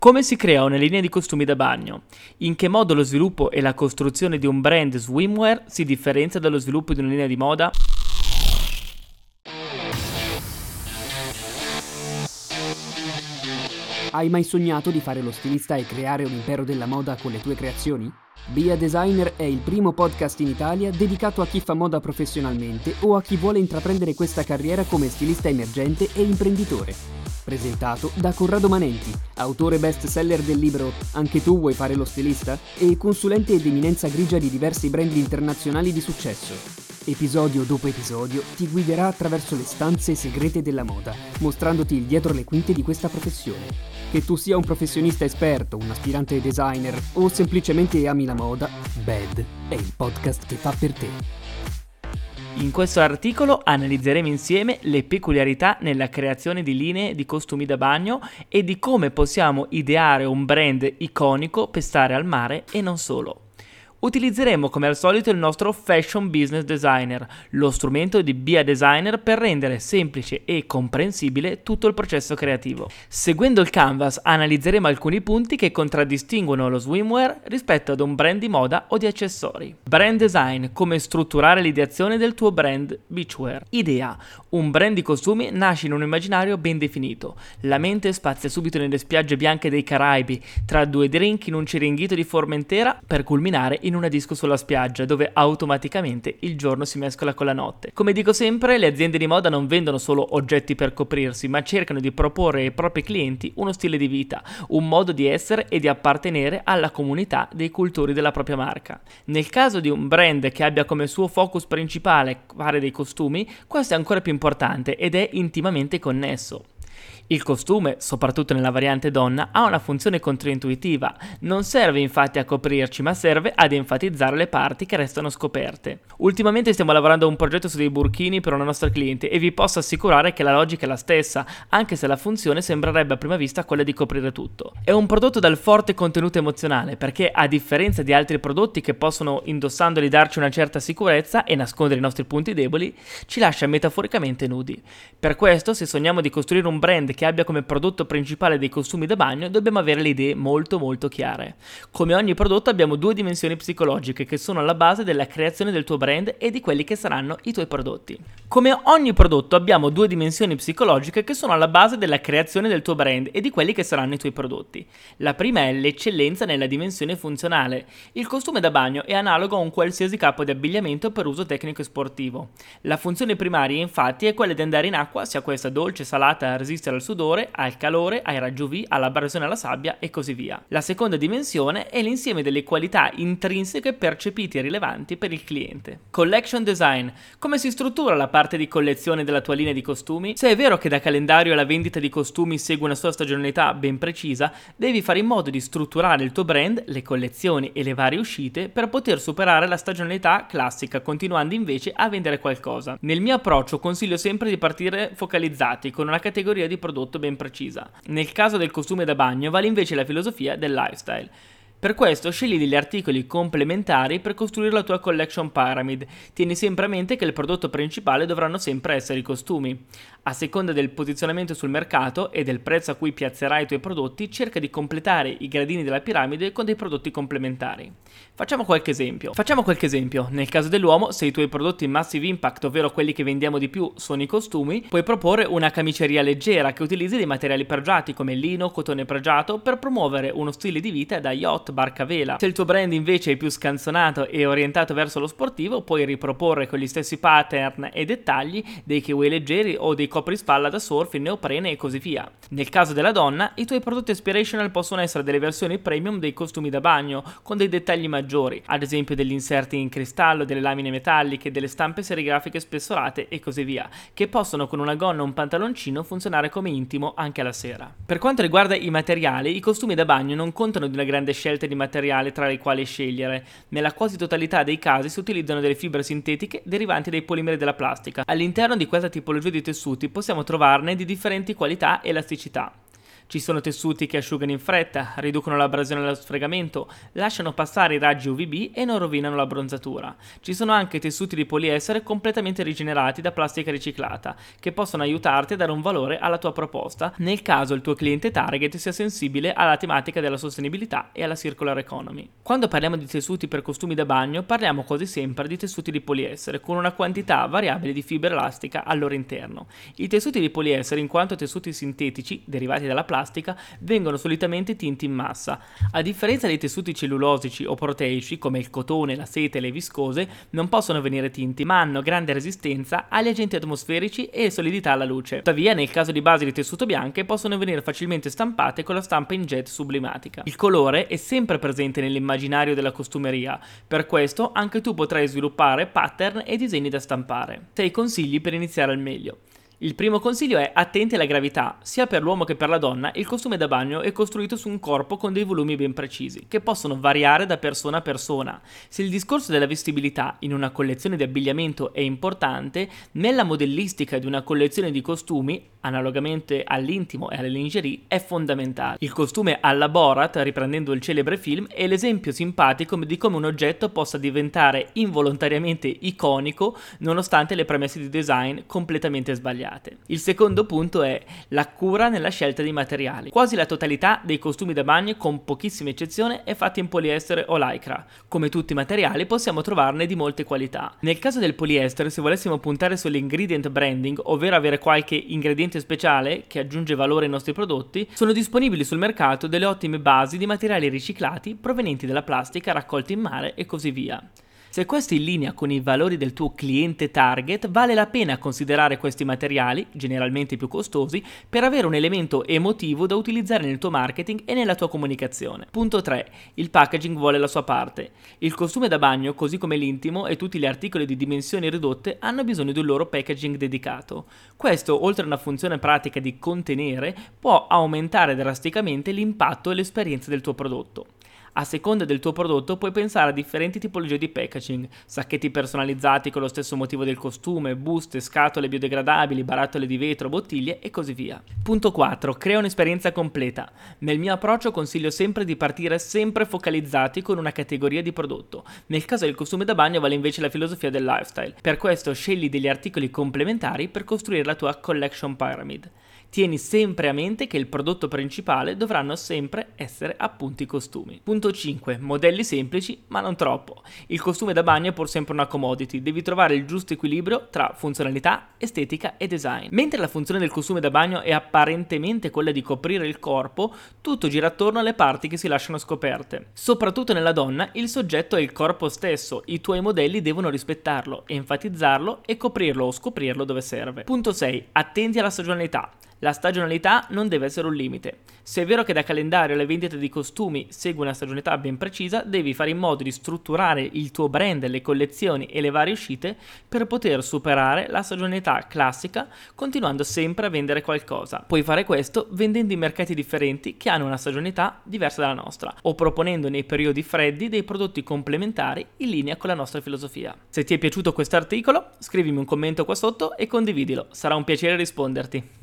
Come si crea una linea di costumi da bagno? In che modo lo sviluppo e la costruzione di un brand swimwear si differenzia dallo sviluppo di una linea di moda? Hai mai sognato di fare lo stilista e creare un impero della moda con le tue creazioni? Be a Designer è il primo podcast in Italia dedicato a chi fa moda professionalmente o a chi vuole intraprendere questa carriera come stilista emergente e imprenditore. Presentato da Corrado Manenti, autore best seller del libro Anche tu vuoi fare lo stilista? E consulente ed eminenza grigia di diversi brand internazionali di successo. Episodio dopo episodio ti guiderà attraverso le stanze segrete della moda, mostrandoti il dietro le quinte di questa professione. Che tu sia un professionista esperto, un aspirante designer o semplicemente ami la moda, BAD è il podcast che fa per te. In questo articolo analizzeremo insieme le peculiarità nella creazione di linee di costumi da bagno e di come possiamo ideare un brand iconico per stare al mare e non solo. Utilizzeremo come al solito il nostro Fashion Business Designer, lo strumento di Be a Designer per rendere semplice e comprensibile tutto il processo creativo. Seguendo il canvas analizzeremo alcuni punti che contraddistinguono lo swimwear rispetto ad un brand di moda o di accessori. Brand Design, come strutturare l'ideazione del tuo brand beachwear. Idea: un brand di costumi nasce in un immaginario ben definito. La mente spazia subito nelle spiagge bianche dei Caraibi, tra due drink in un Ciringhito di Formentera, per culminare in una disco sulla spiaggia, dove automaticamente il giorno si mescola con la notte. Come dico sempre, le aziende di moda non vendono solo oggetti per coprirsi, ma cercano di proporre ai propri clienti uno stile di vita, un modo di essere e di appartenere alla comunità dei cultori della propria marca. Nel caso di un brand che abbia come suo focus principale fare dei costumi, questo è ancora più importante ed è intimamente connesso. Il costume, soprattutto nella variante donna, ha una funzione controintuitiva. Non serve infatti a coprirci, ma serve ad enfatizzare le parti che restano scoperte. Ultimamente stiamo lavorando a un progetto su dei burkini per una nostra cliente e vi posso assicurare che la logica è la stessa, anche se la funzione sembrerebbe a prima vista quella di coprire tutto. È un prodotto dal forte contenuto emozionale, perché a differenza di altri prodotti che possono indossandoli darci una certa sicurezza e nascondere i nostri punti deboli, ci lascia metaforicamente nudi. Per questo, se sogniamo di costruire un brand che abbia come prodotto principale dei costumi da bagno, dobbiamo avere le idee molto chiare. Come ogni prodotto abbiamo due dimensioni psicologiche che sono alla base della creazione del tuo brand e di quelli che saranno i tuoi prodotti. Come ogni prodotto abbiamo due dimensioni psicologiche che sono alla base della creazione del tuo brand e di quelli che saranno i tuoi prodotti. La prima è l'eccellenza nella dimensione funzionale. Il costume da bagno è analogo a un qualsiasi capo di abbigliamento per uso tecnico e sportivo. La funzione primaria infatti è quella di andare in acqua, sia questa dolce, salata, a resistere al sudore, al calore, ai raggi UV, all'abrasione alla sabbia e così via. La seconda dimensione è l'insieme delle qualità intrinseche percepite e rilevanti per il cliente. Collection design. Come si struttura la parte di collezione della tua linea di costumi? Se è vero che da calendario alla vendita di costumi segue una sua stagionalità ben precisa, devi fare in modo di strutturare il tuo brand, le collezioni e le varie uscite per poter superare la stagionalità classica, continuando invece a vendere qualcosa. Nel mio approccio consiglio sempre di partire focalizzati con una categoria di prodotto ben precisa. Nel caso del costume da bagno vale invece la filosofia del lifestyle. Per questo scegli degli articoli complementari per costruire la tua collection pyramid. Tieni sempre a mente che il prodotto principale dovranno sempre essere i costumi. A seconda del posizionamento sul mercato e del prezzo a cui piazzerai i tuoi prodotti, cerca di completare i gradini della piramide con dei prodotti complementari. Facciamo qualche esempio. Nel caso dell'uomo, se i tuoi prodotti massive impact, ovvero quelli che vendiamo di più, sono i costumi, puoi proporre una camiceria leggera che utilizzi dei materiali pregiati come lino, cotone pregiato per promuovere uno stile di vita da yacht, barca a vela. Se il tuo brand invece è più scanzonato e orientato verso lo sportivo, puoi riproporre con gli stessi pattern e dettagli dei kiwi leggeri o dei coprispalla da surf in neoprene e così via. Nel caso della donna, i tuoi prodotti aspirational possono essere delle versioni premium dei costumi da bagno con dei dettagli maggiori, ad esempio degli inserti in cristallo, delle lamine metalliche, delle stampe serigrafiche spessorate e così via, che possono con una gonna o un pantaloncino funzionare come intimo anche alla sera. Per quanto riguarda i materiali, i costumi da bagno non contano di una grande scelta di materiali tra i quali scegliere. Nella quasi totalità dei casi si utilizzano delle fibre sintetiche derivanti dai polimeri della plastica. All'interno di questa tipologia di tessuti possiamo trovarne di differenti qualità e elasticità. Ci sono tessuti che asciugano in fretta, riducono l'abrasione e lo sfregamento, lasciano passare i raggi UVB e non rovinano la bronzatura. Ci sono anche tessuti di poliestere completamente rigenerati da plastica riciclata, che possono aiutarti a dare un valore alla tua proposta nel caso il tuo cliente target sia sensibile alla tematica della sostenibilità e alla circular economy. Quando parliamo di tessuti per costumi da bagno, parliamo quasi sempre di tessuti di poliestere con una quantità variabile di fibra elastica al loro interno. I tessuti di poliestere, in quanto tessuti sintetici derivati dalla plastica, vengono solitamente tinti in massa. A differenza dei tessuti cellulosici o proteici come il cotone, la seta e le viscose, non possono venire tinti, ma hanno grande resistenza agli agenti atmosferici e solidità alla luce. Tuttavia, nel caso di basi di tessuto bianche, possono venire facilmente stampate con la stampa inkjet sublimatica. Il colore è sempre presente nell'immaginario della costumeria, per questo anche tu potrai sviluppare pattern e disegni da stampare. 6 consigli per iniziare al meglio. Il primo consiglio è: attenti alla gravità. Sia per l'uomo che per la donna, il costume da bagno è costruito su un corpo con dei volumi ben precisi, che possono variare da persona a persona. Se il discorso della vestibilità in una collezione di abbigliamento è importante, nella modellistica di una collezione di costumi, analogamente all'intimo e alle lingerie, è fondamentale. Il costume alla Borat, riprendendo il celebre film, è l'esempio simpatico di come un oggetto possa diventare involontariamente iconico nonostante le premesse di design completamente sbagliate. Il secondo punto è la cura nella scelta dei materiali. Quasi la totalità dei costumi da bagno, con pochissime eccezioni, è fatta in poliestere o lycra. Come tutti i materiali, possiamo trovarne di molte qualità. Nel caso del poliestere, se volessimo puntare sull'ingredient branding, ovvero avere qualche ingrediente speciale che aggiunge valore ai nostri prodotti, sono disponibili sul mercato delle ottime basi di materiali riciclati provenienti dalla plastica, raccolti in mare e così via. Se questo è in linea con i valori del tuo cliente target, vale la pena considerare questi materiali, generalmente più costosi, per avere un elemento emotivo da utilizzare nel tuo marketing e nella tua comunicazione. Punto 3. Il packaging vuole la sua parte. Il costume da bagno, così come l'intimo e tutti gli articoli di dimensioni ridotte, hanno bisogno di un loro packaging dedicato. Questo, oltre a una funzione pratica di contenere, può aumentare drasticamente l'impatto e l'esperienza del tuo prodotto. A seconda del tuo prodotto puoi pensare a differenti tipologie di packaging: sacchetti personalizzati con lo stesso motivo del costume, buste, scatole biodegradabili, barattole di vetro, bottiglie e così via. Punto 4. Crea un'esperienza completa. Nel mio approccio consiglio sempre di partire sempre focalizzati con una categoria di prodotto. Nel caso del costume da bagno vale invece la filosofia del lifestyle. Per questo scegli degli articoli complementari per costruire la tua collection pyramid. Tieni sempre a mente che il prodotto principale dovranno sempre essere appunto i costumi. Punto 5. Modelli semplici, ma non troppo. Il costume da bagno è pur sempre una commodity, devi trovare il giusto equilibrio tra funzionalità, estetica e design. Mentre la funzione del costume da bagno è apparentemente quella di coprire il corpo, tutto gira attorno alle parti che si lasciano scoperte. Soprattutto nella donna, il soggetto è il corpo stesso, i tuoi modelli devono rispettarlo, enfatizzarlo e coprirlo o scoprirlo dove serve. Punto 6. Attenti alla stagionalità. La stagionalità non deve essere un limite. Se è vero che da calendario alle vendite di costumi segue una stagionalità ben precisa, devi fare in modo di strutturare il tuo brand, le collezioni e le varie uscite per poter superare la stagionalità classica, continuando sempre a vendere qualcosa. Puoi fare questo vendendo in mercati differenti che hanno una stagionalità diversa dalla nostra, o proponendo nei periodi freddi dei prodotti complementari in linea con la nostra filosofia. Se ti è piaciuto questo articolo, scrivimi un commento qua sotto e condividilo, sarà un piacere risponderti.